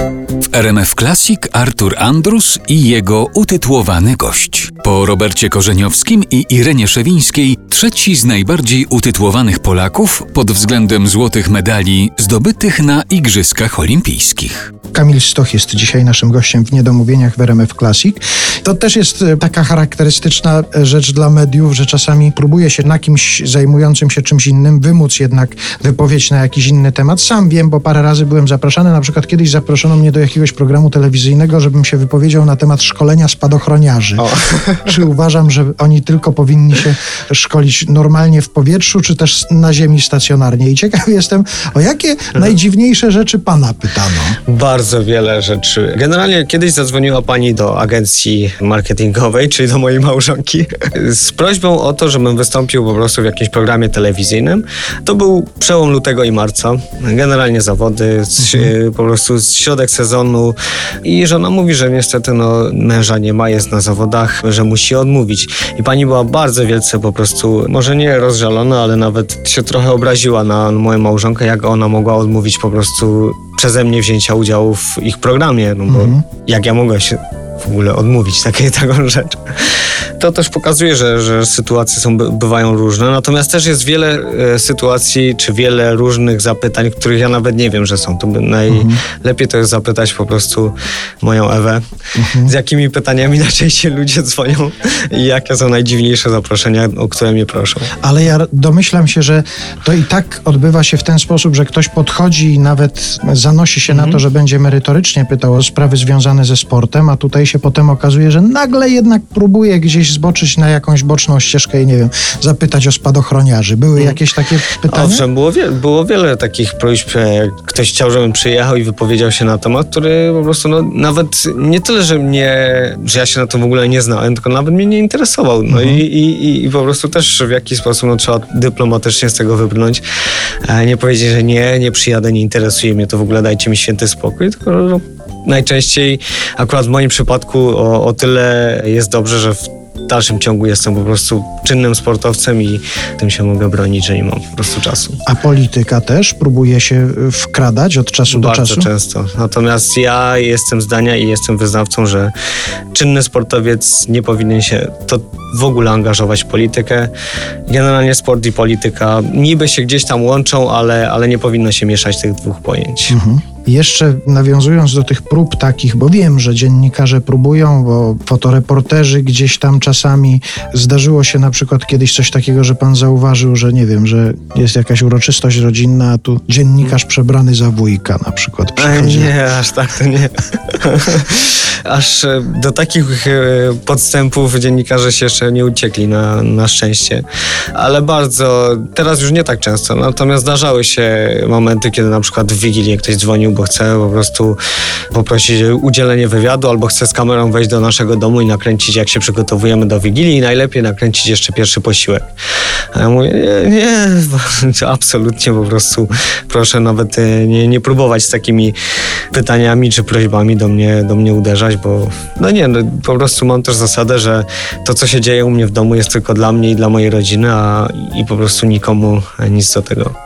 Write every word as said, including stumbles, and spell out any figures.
W R M F Classic Artur Andrus i jego utytułowany gość. Po Robercie Korzeniowskim i Irenie Szewińskiej trzeci z najbardziej utytułowanych Polaków pod względem złotych medali zdobytych na Igrzyskach Olimpijskich. Kamil Stoch jest dzisiaj naszym gościem w Niedomówieniach w R M F Classic. To też jest taka charakterystyczna rzecz dla mediów, że czasami próbuje się na kimś zajmującym się czymś innym wymóc jednak wypowiedź na jakiś inny temat. Sam wiem, bo parę razy byłem zapraszany, na przykład kiedyś zaproszono mnie do jakiegoś programu telewizyjnego, żebym się wypowiedział na temat szkolenia spadochroniarzy. Czy uważam, że oni tylko powinni się szkolić normalnie w powietrzu, czy też na ziemi stacjonarnie? I ciekaw jestem, o jakie najdziwniejsze rzeczy pana pytano? Bardzo wiele rzeczy. Generalnie kiedyś zadzwoniła pani do agencji marketingowej, czyli do mojej małżonki, z prośbą o to, żebym wystąpił po prostu w jakimś programie telewizyjnym. To był przełom lutego i marca. Generalnie zawody, mhm. po prostu środek sezonu i żona mówi, że niestety no, męża nie ma, jest na zawodach, że musi odmówić. I pani była bardzo wielce po prostu, może nie rozżalona, ale nawet się trochę obraziła na moją małżonkę, jak ona mogła odmówić po prostu przeze mnie wzięcia udziału w ich programie, no bo mhm. jak ja mogę się w ogóle odmówić takiej taką rzecz. To też pokazuje, że, że sytuacje są, bywają różne, natomiast też jest wiele e, sytuacji, czy wiele różnych zapytań, których ja nawet nie wiem, że są. To by najlepiej mhm. to jest zapytać po prostu moją Ewę, mhm. z jakimi pytaniami najczęściej ludzie dzwonią i jakie są najdziwniejsze zaproszenia, o które mnie proszą. Ale ja domyślam się, że to i tak odbywa się w ten sposób, że ktoś podchodzi i nawet zanosi się mhm. na to, że będzie merytorycznie pytał o sprawy związane ze sportem, a tutaj się potem okazuje, że nagle jednak próbuje gdzieś zboczyć na jakąś boczną ścieżkę i nie wiem, zapytać o spadochroniarzy. Były hmm. jakieś takie pytania? Owszem, było, wie, było wiele takich próśb. Ktoś chciał, żebym przyjechał i wypowiedział się na temat, który po prostu no, nawet nie tyle, że mnie, że ja się na to w ogóle nie znałem, tylko nawet mnie nie interesował. No hmm. i, i, i po prostu też w jakiś sposób no, trzeba dyplomatycznie z tego wybrnąć. Nie powiedzieć, że nie, nie przyjadę, nie interesuje mnie to w ogóle, dajcie mi święty spokój, tylko no, najczęściej akurat w moim przypadku o, o tyle jest dobrze, że w w dalszym ciągu jestem po prostu czynnym sportowcem i tym się mogę bronić, że nie mam po prostu czasu. A polityka też próbuje się wkradać od czasu Bardzo do czasu? Bardzo często. Natomiast ja jestem zdania i jestem wyznawcą, że czynny sportowiec nie powinien się to w ogóle angażować w politykę. Generalnie sport i polityka niby się gdzieś tam łączą, ale, ale nie powinno się mieszać tych dwóch pojęć. Mhm. Jeszcze nawiązując do tych prób takich, bo wiem, że dziennikarze próbują, bo fotoreporterzy gdzieś tam czasami zdarzyło się na przykład kiedyś coś takiego, że pan zauważył, że nie wiem, że jest jakaś uroczystość rodzinna, a tu dziennikarz przebrany za wujka na przykład przychodzi. Nie, aż tak to nie. Aż do takich podstępów dziennikarze się jeszcze nie uciekli, na, na szczęście. Ale bardzo, teraz już nie tak często, natomiast zdarzały się momenty, kiedy na przykład w Wigilię ktoś dzwonił, bo chce po prostu poprosić o udzielenie wywiadu albo chce z kamerą wejść do naszego domu i nakręcić, jak się przygotowujemy do Wigilii i najlepiej nakręcić jeszcze pierwszy posiłek. A ja mówię, nie, nie, absolutnie po prostu proszę nawet nie, nie próbować z takimi pytaniami czy prośbami do mnie, do mnie uderzać, bo no nie, no, po prostu mam też zasadę, że to, co się dzieje u mnie w domu jest tylko dla mnie i dla mojej rodziny, a i po prostu nikomu nic do tego.